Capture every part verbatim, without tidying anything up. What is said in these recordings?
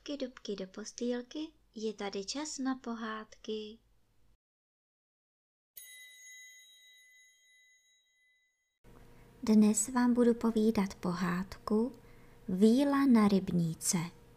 Dubky, dubky do postýlky, je tady čas na pohádky. Dnes vám budu povídat pohádku Víla na rybníce.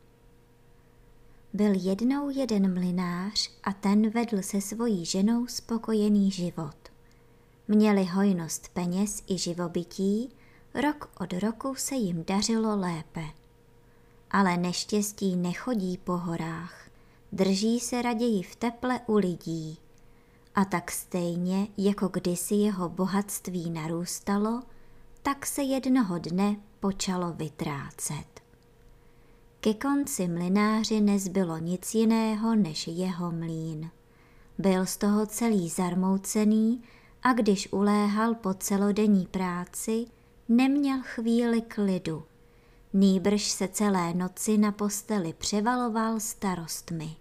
Byl jednou jeden mlynář a ten vedl se svojí ženou spokojený život. Měli hojnost peněz i živobytí, rok od roku se jim dařilo lépe. Ale neštěstí nechodí po horách, drží se raději v teple u lidí. A tak stejně, jako kdysi jeho bohatství narůstalo, tak se jednoho dne počalo vytrácet. Ke konci mlynáři nezbylo nic jiného než jeho mlýn. Byl z toho celý zarmoucený a když uléhal po celodenní práci, neměl chvíli klidu. Nýbrž se celé noci na posteli převaloval starostmi.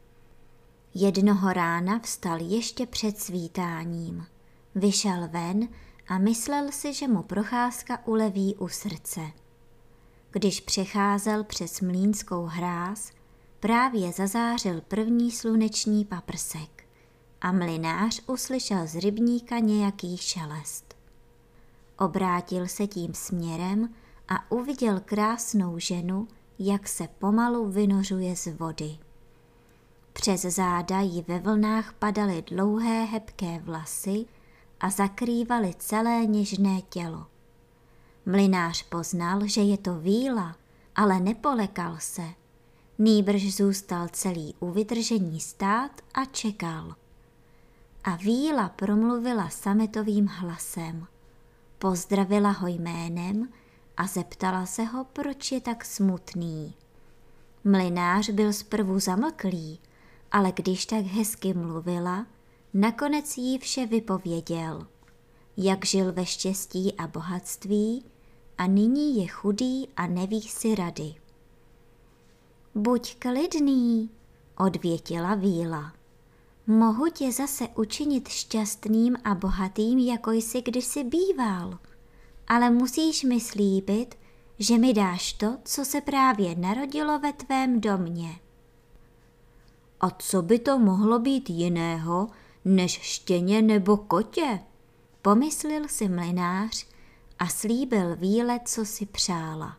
Jednoho rána vstal ještě před svítáním. Vyšel ven a myslel si, že mu procházka uleví u srdce. Když přecházel přes mlýnskou hráz, právě zazářil první sluneční paprsek a mlynář uslyšel z rybníka nějaký šelest. Obrátil se tím směrem a uviděl krásnou ženu, jak se pomalu vynořuje z vody. Přes záda jí ve vlnách padaly dlouhé hebké vlasy a zakrývaly celé něžné tělo. Mlynář poznal, že je to Víla, ale nepolekal se. Nýbrž zůstal celý u vytržení stát a čekal. A Víla promluvila sametovým hlasem. Pozdravila ho jménem a zeptala se ho, proč je tak smutný. Mlynář byl zprvu zamlklý, ale když tak hezky mluvila, nakonec jí vše vypověděl, jak žil ve štěstí a bohatství a nyní je chudý a neví si rady. Buď klidný, odvětila Víla. Mohu tě zase učinit šťastným a bohatým, jako jsi kdysi býval, ale musíš mi slíbit, že mi dáš to, co se právě narodilo ve tvém domě. A co by to mohlo být jiného, než štěně nebo kotě? Pomyslil si mlynář a slíbil Víle, co si přála.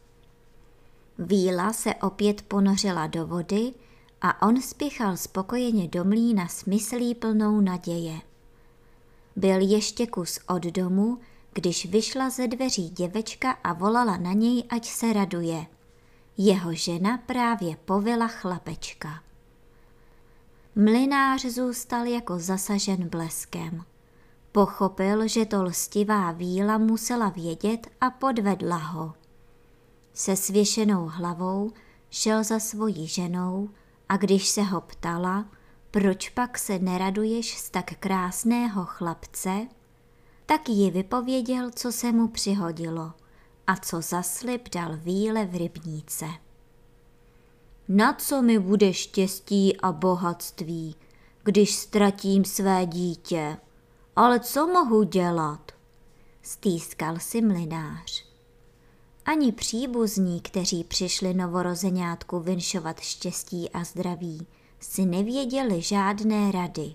Víla se opět ponořila do vody a on spěchal spokojeně do mlýna s myslí plnou naděje. Byl ještě kus od domu, když vyšla ze dveří děvečka a volala na něj, ať se raduje. Jeho žena právě povila chlapečka. Mlynář zůstal jako zasažen bleskem. Pochopil, že to lstivá Víla musela vědět a podvedla ho. Se svěšenou hlavou šel za svojí ženou a když se ho ptala, proč pak se neraduješ z tak krásného chlapce, tak jí vypověděl, co se mu přihodilo a co za slib dal Víle v rybníce. Na co mi bude štěstí a bohatství, když ztratím své dítě? Ale co mohu dělat? Stýskal si mlynář. Ani příbuzní, kteří přišli novorozeňátku vinšovat štěstí a zdraví, si nevěděli žádné rady.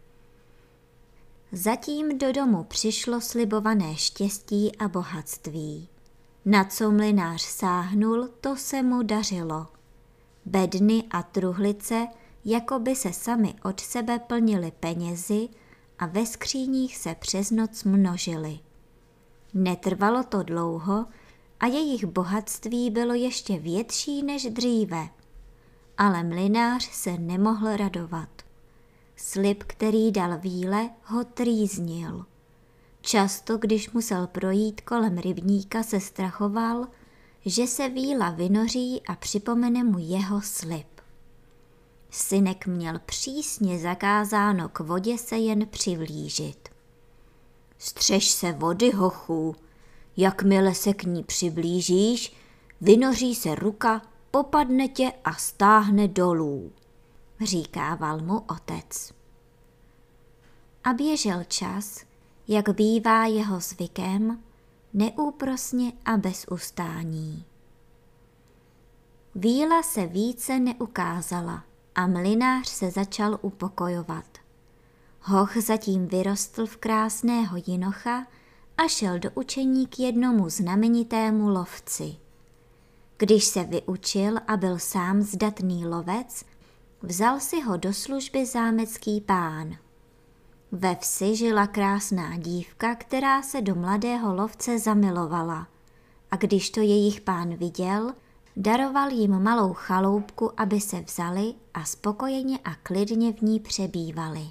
Zatím do domu přišlo slibované štěstí a bohatství. Na co mlynář sáhnul, to se mu dařilo. Bedny a truhlice jako by se sami od sebe plnily penězi a ve skříních se přes noc množily. Netrvalo to dlouho a jejich bohatství bylo ještě větší než dříve. Ale mlynář se nemohl radovat. Slib, který dal Víle, ho trýznil. Často, když musel projít kolem rybníka, se strachoval, že se Víla vynoří a připomene mu jeho slib. Synek měl přísně zakázáno k vodě se jen přiblížit. Střež se vody, hochu, jakmile se k ní přiblížíš, vynoří se ruka, popadne tě a stáhne dolů, říkával mu otec. A běžel čas, jak bývá jeho zvykem, neúprosně a bez ustání. Víla se více neukázala a mlynář se začal upokojovat. Hoch zatím vyrostl v krásného jinocha a šel do učení k jednomu znamenitému lovci. Když se vyučil a byl sám zdatný lovec, vzal si ho do služby zámecký pán. Ve vsi žila krásná dívka, která se do mladého lovce zamilovala, a když to jejich pán viděl, daroval jim malou chaloupku, aby se vzali a spokojeně a klidně v ní přebývali.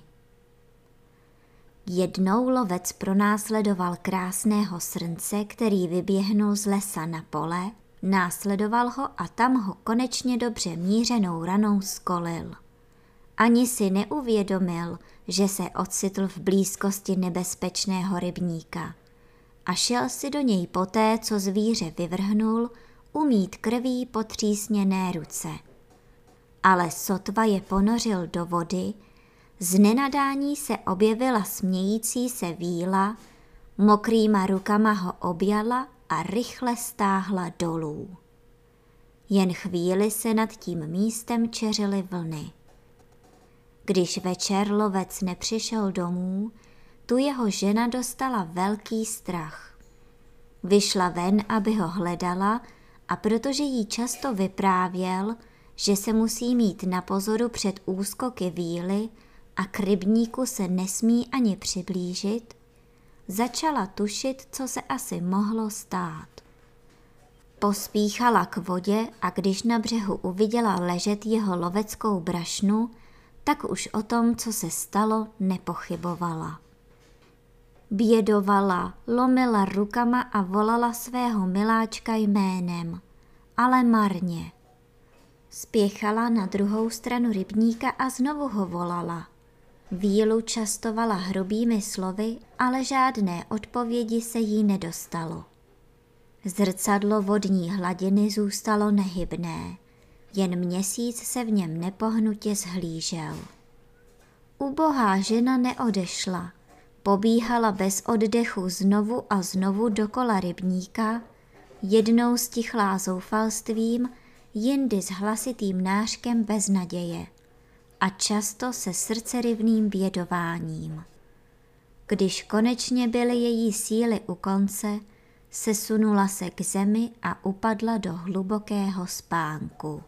Jednou lovec pronásledoval krásného srnce, který vyběhnul z lesa na pole, následoval ho a tam ho konečně dobře mířenou ranou skolil. Ani si neuvědomil, že se ocitl v blízkosti nebezpečného rybníka a šel si do něj poté, co zvíře vyvrhnul, umýt krví potřísněné ruce. Ale sotva je ponořil do vody, z nenadání se objevila smějící se víla, mokrýma rukama ho objala a rychle stáhla dolů. Jen chvíli se nad tím místem čeřily vlny. Když večer lovec nepřišel domů, tu jeho žena dostala velký strach. Vyšla ven, aby ho hledala, a protože jí často vyprávěl, že se musí mít na pozoru před úskoky víly a k rybníku se nesmí ani přiblížit, začala tušit, co se asi mohlo stát. Pospíchala k vodě a když na břehu uviděla ležet jeho loveckou brašnu, tak už o tom, co se stalo, nepochybovala. Bědovala, lomila rukama a volala svého miláčka jménem, ale marně. Spěchala na druhou stranu rybníka a znovu ho volala. Vílu častovala hrubými slovy, ale žádné odpovědi se jí nedostalo. Zrcadlo vodní hladiny zůstalo nehybné, jen měsíc se v něm nepohnutě zhlížel. Ubohá žena neodešla, pobíhala bez oddechu znovu a znovu dokola rybníka, jednou stichlá zoufalstvím, jindy s hlasitým nářkem beznaděje a často se srdcerivným bědováním. Když konečně byly její síly u konce, sesunula se k zemi a upadla do hlubokého spánku.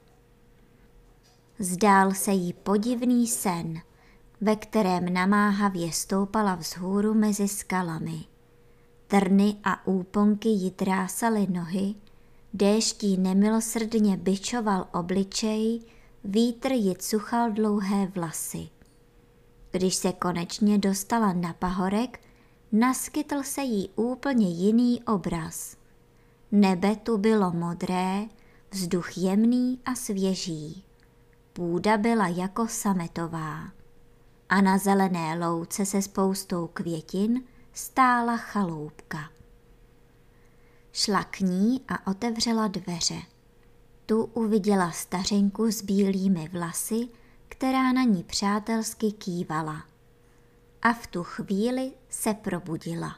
Zdál se jí podivný sen, ve kterém namáhavě stoupala vzhůru mezi skalami. Trny a úponky jí trásaly nohy, déšť jí nemilosrdně bičoval obličej, vítr jí cuchal dlouhé vlasy. Když se konečně dostala na pahorek, naskytl se jí úplně jiný obraz. Nebe tu bylo modré, vzduch jemný a svěží. Půda byla jako sametová. A na zelené louce se spoustou květin stála chaloupka. Šla k ní a otevřela dveře. Tu uviděla stařenku s bílými vlasy, která na ní přátelsky kývala. A v tu chvíli se probudila.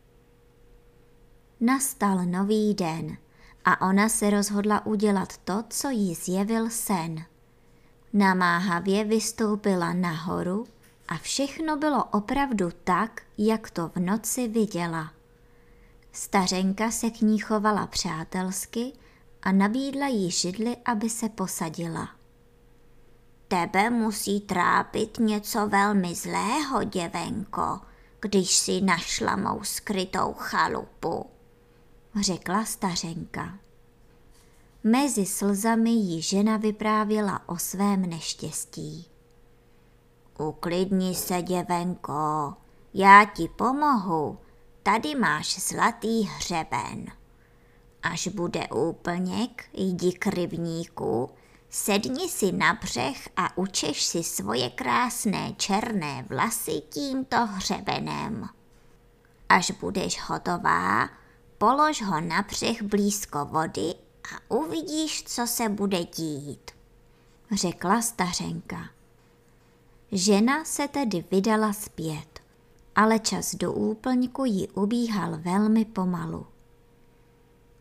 Nastal nový den a ona se rozhodla udělat to, co jí zjevil sen. Namáhavě vystoupila nahoru a všechno bylo opravdu tak, jak to v noci viděla. Stařenka se k ní chovala přátelsky a nabídla jí židli, aby se posadila. Tebe musí trápit něco velmi zlého, děvenko, když si našla mou skrytou chalupu, řekla stařenka. Mezi slzami jí žena vyprávěla o svém neštěstí. Uklidni se, děvenko, já ti pomohu, tady máš zlatý hřeben. Až bude úplněk, jdi k rybníku, sedni si na břeh a učeš si svoje krásné černé vlasy tímto hřebenem. Až budeš hotová, polož ho na břeh blízko vody a uvidíš, co se bude dít, řekla stařenka. Žena se tedy vydala zpět, ale čas do úplňku jí ubíhal velmi pomalu.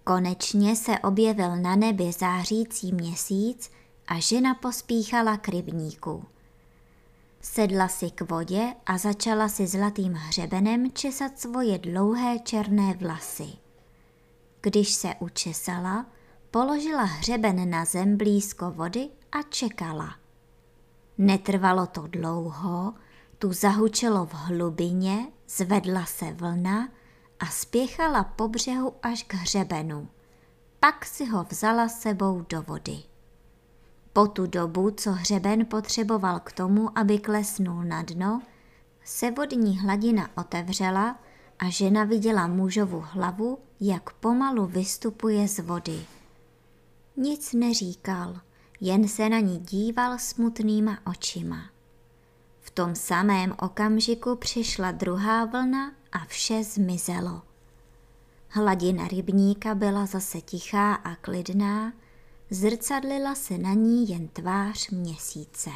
Konečně se objevil na nebi zářící měsíc a žena pospíchala k rybníku. Sedla si k vodě a začala si zlatým hřebenem česat svoje dlouhé černé vlasy. Když se učesala, položila hřeben na zem blízko vody a čekala. Netrvalo to dlouho, tu zahučelo v hlubině, zvedla se vlna a spěchala po břehu až k hřebenu. Pak si ho vzala sebou do vody. Po tu dobu, co hřeben potřeboval k tomu, aby klesnul na dno, se vodní hladina otevřela a žena viděla mužovu hlavu, jak pomalu vystupuje z vody. Nic neříkal, jen se na ní díval smutnýma očima. V tom samém okamžiku přišla druhá vlna a vše zmizelo. Hladina rybníka byla zase tichá a klidná, zrcadlila se na ní jen tvář měsíce.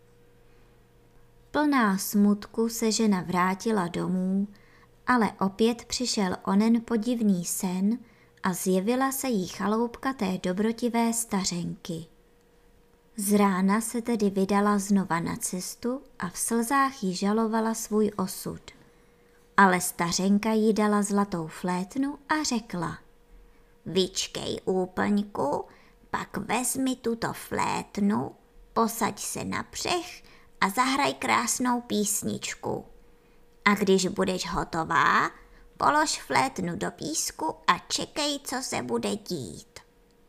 Plná smutku se žena vrátila domů, ale opět přišel onen podivný sen a zjevila se jí chaloupka té dobrotivé stařenky. Z rána se tedy vydala znova na cestu a v slzách jí žalovala svůj osud. Ale stařenka jí dala zlatou flétnu a řekla: Vyčkej, úplňku, pak vezmi tuto flétnu, posaď se na břeh a zahraj krásnou písničku. A když budeš hotová, polož flétnu do písku a čekej, co se bude dít.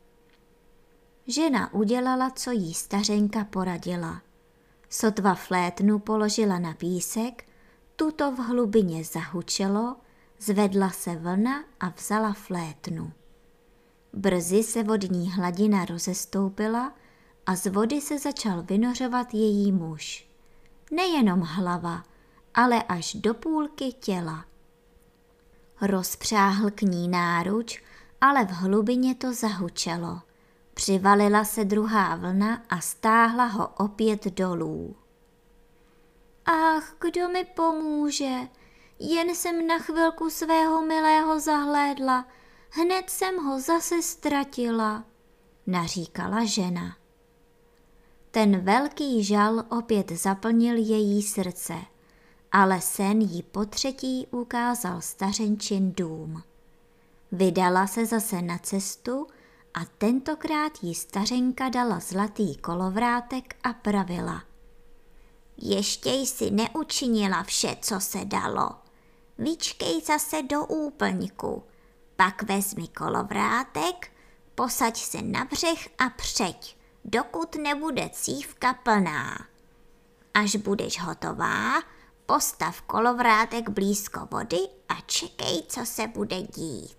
Žena udělala, co jí stařenka poradila. Sotva flétnu položila na písek, tuto v hlubině zahučelo, zvedla se vlna a vzala flétnu. Brzy se vodní hladina rozestoupila a z vody se začal vynořovat její muž. Nejenom hlava, ale až do půlky těla. Rozpřáhl k ní náruč, ale v hlubině to zahučelo. Přivalila se druhá vlna a stáhla ho opět dolů. Ach, kdo mi pomůže? Jen jsem na chvilku svého milého zahlédla, hned jsem ho zase ztratila, naříkala žena. Ten velký žal opět zaplnil její srdce, ale sen jí potřetí ukázal stařenčin dům. Vydala se zase na cestu a tentokrát jí stařenka dala zlatý kolovrátek a pravila: Ještě jsi neučinila vše, co se dalo. Vyčkej zase do úplňku, pak vezmi kolovrátek, posaď se na břeh a přeď, dokud nebude cívka plná. Až budeš hotová, postav kolovrátek blízko vody a čekej, co se bude dít.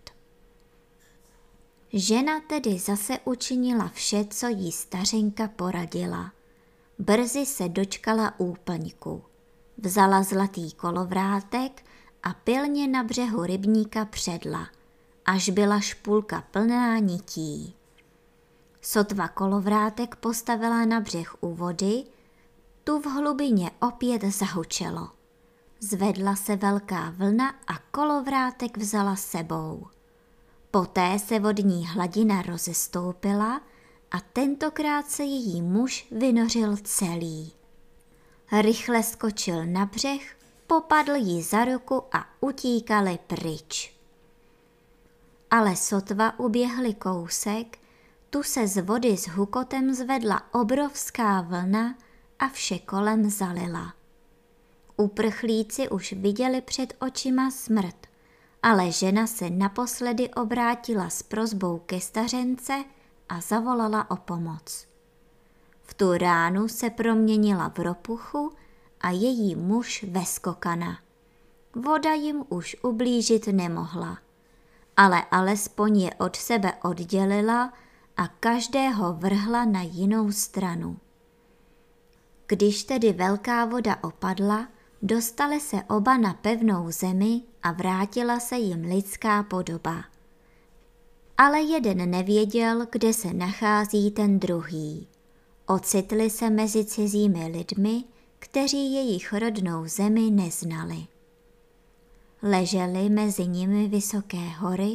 Žena tedy zase učinila vše, co jí stařenka poradila. Brzy se dočkala úplňku. Vzala zlatý kolovrátek a pilně na břehu rybníka předla, až byla špulka plná nití. Sotva kolovrátek postavila na břeh u vody, tu v hlubině opět zahučelo. Zvedla se velká vlna a kolovrátek vzala sebou. Poté se vodní hladina rozestoupila a tentokrát se její muž vynořil celý. Rychle skočil na břeh, popadl jí za ruku a utíkali pryč. Ale sotva uběhli kousek, tu se z vody s hukotem zvedla obrovská vlna a vše kolem zalila. Uprchlíci už viděli před očima smrt, ale žena se naposledy obrátila s prosbou ke stařence a zavolala o pomoc. V tu ránu se proměnila v ropuchu a její muž ve skokana. Voda jim už ublížit nemohla, ale alespoň je od sebe oddělila a každého vrhla na jinou stranu. Když tedy velká voda opadla, dostali se oba na pevnou zemi a vrátila se jim lidská podoba. Ale jeden nevěděl, kde se nachází ten druhý. Ocitli se mezi cizími lidmi, kteří jejich rodnou zemi neznali. Ležely mezi nimi vysoké hory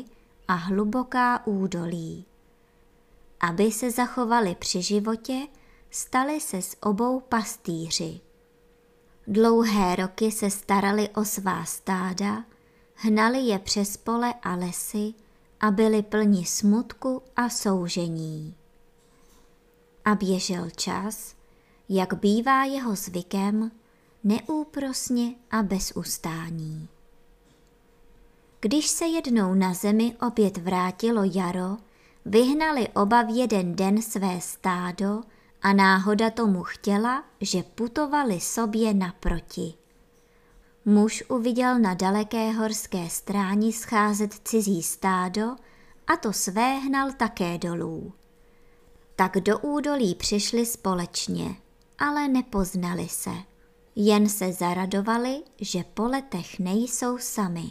a hluboká údolí. Aby se zachovali při životě, stali se s obou pastýři. Dlouhé roky se starali o svá stáda, hnali je přes pole a lesy a byli plni smutku a soužení. A běžel čas, jak bývá jeho zvykem, neúprosně a bez ustání. Když se jednou na zemi opět vrátilo jaro, vyhnali oba v jeden den své stádo a náhoda tomu chtěla, že putovali sobě naproti. Muž uviděl na daleké horské stráni scházet cizí stádo a to své hnal také dolů. Tak do údolí přišli společně, ale nepoznali se. Jen se zaradovali, že po letech nejsou sami.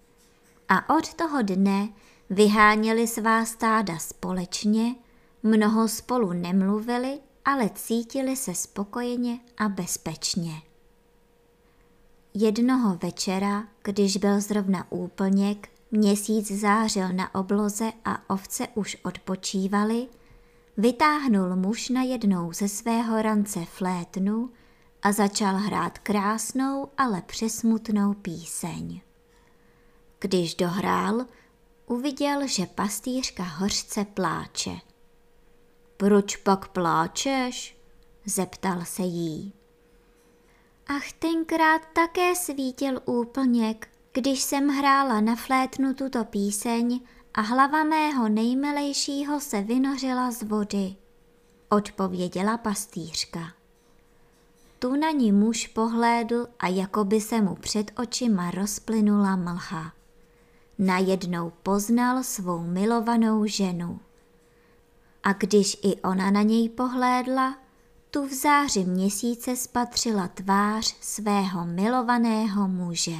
A od toho dne vyháněli svá stáda společně, mnoho spolu nemluvili, ale cítili se spokojeně a bezpečně. Jednoho večera, když byl zrovna úplněk, měsíc zářil na obloze a ovce už odpočívaly, vytáhnul muž najednou ze svého rance flétnu a začal hrát krásnou, ale přesmutnou píseň. Když dohrál, uviděl, že pastýřka hořce pláče. Proč pak pláčeš? Zeptal se jí. Ach, tenkrát také svítil úplněk, když jsem hrála na flétnu tuto píseň a hlava mého nejmilejšího se vynořila z vody, odpověděla pastýřka. Tu na ní muž pohlédl a jako by se mu před očima rozplynula mlha. Najednou poznal svou milovanou ženu. A když i ona na něj pohlédla, tu v záři měsíce spatřila tvář svého milovaného muže.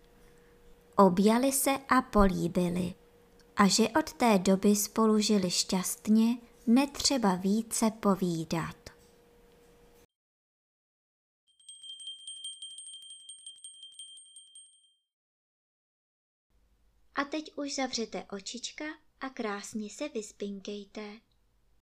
Objali se a políbili, a že od té doby spolu žili šťastně, netřeba více povídat. A teď už zavřete očička a krásně se vyspinkejte.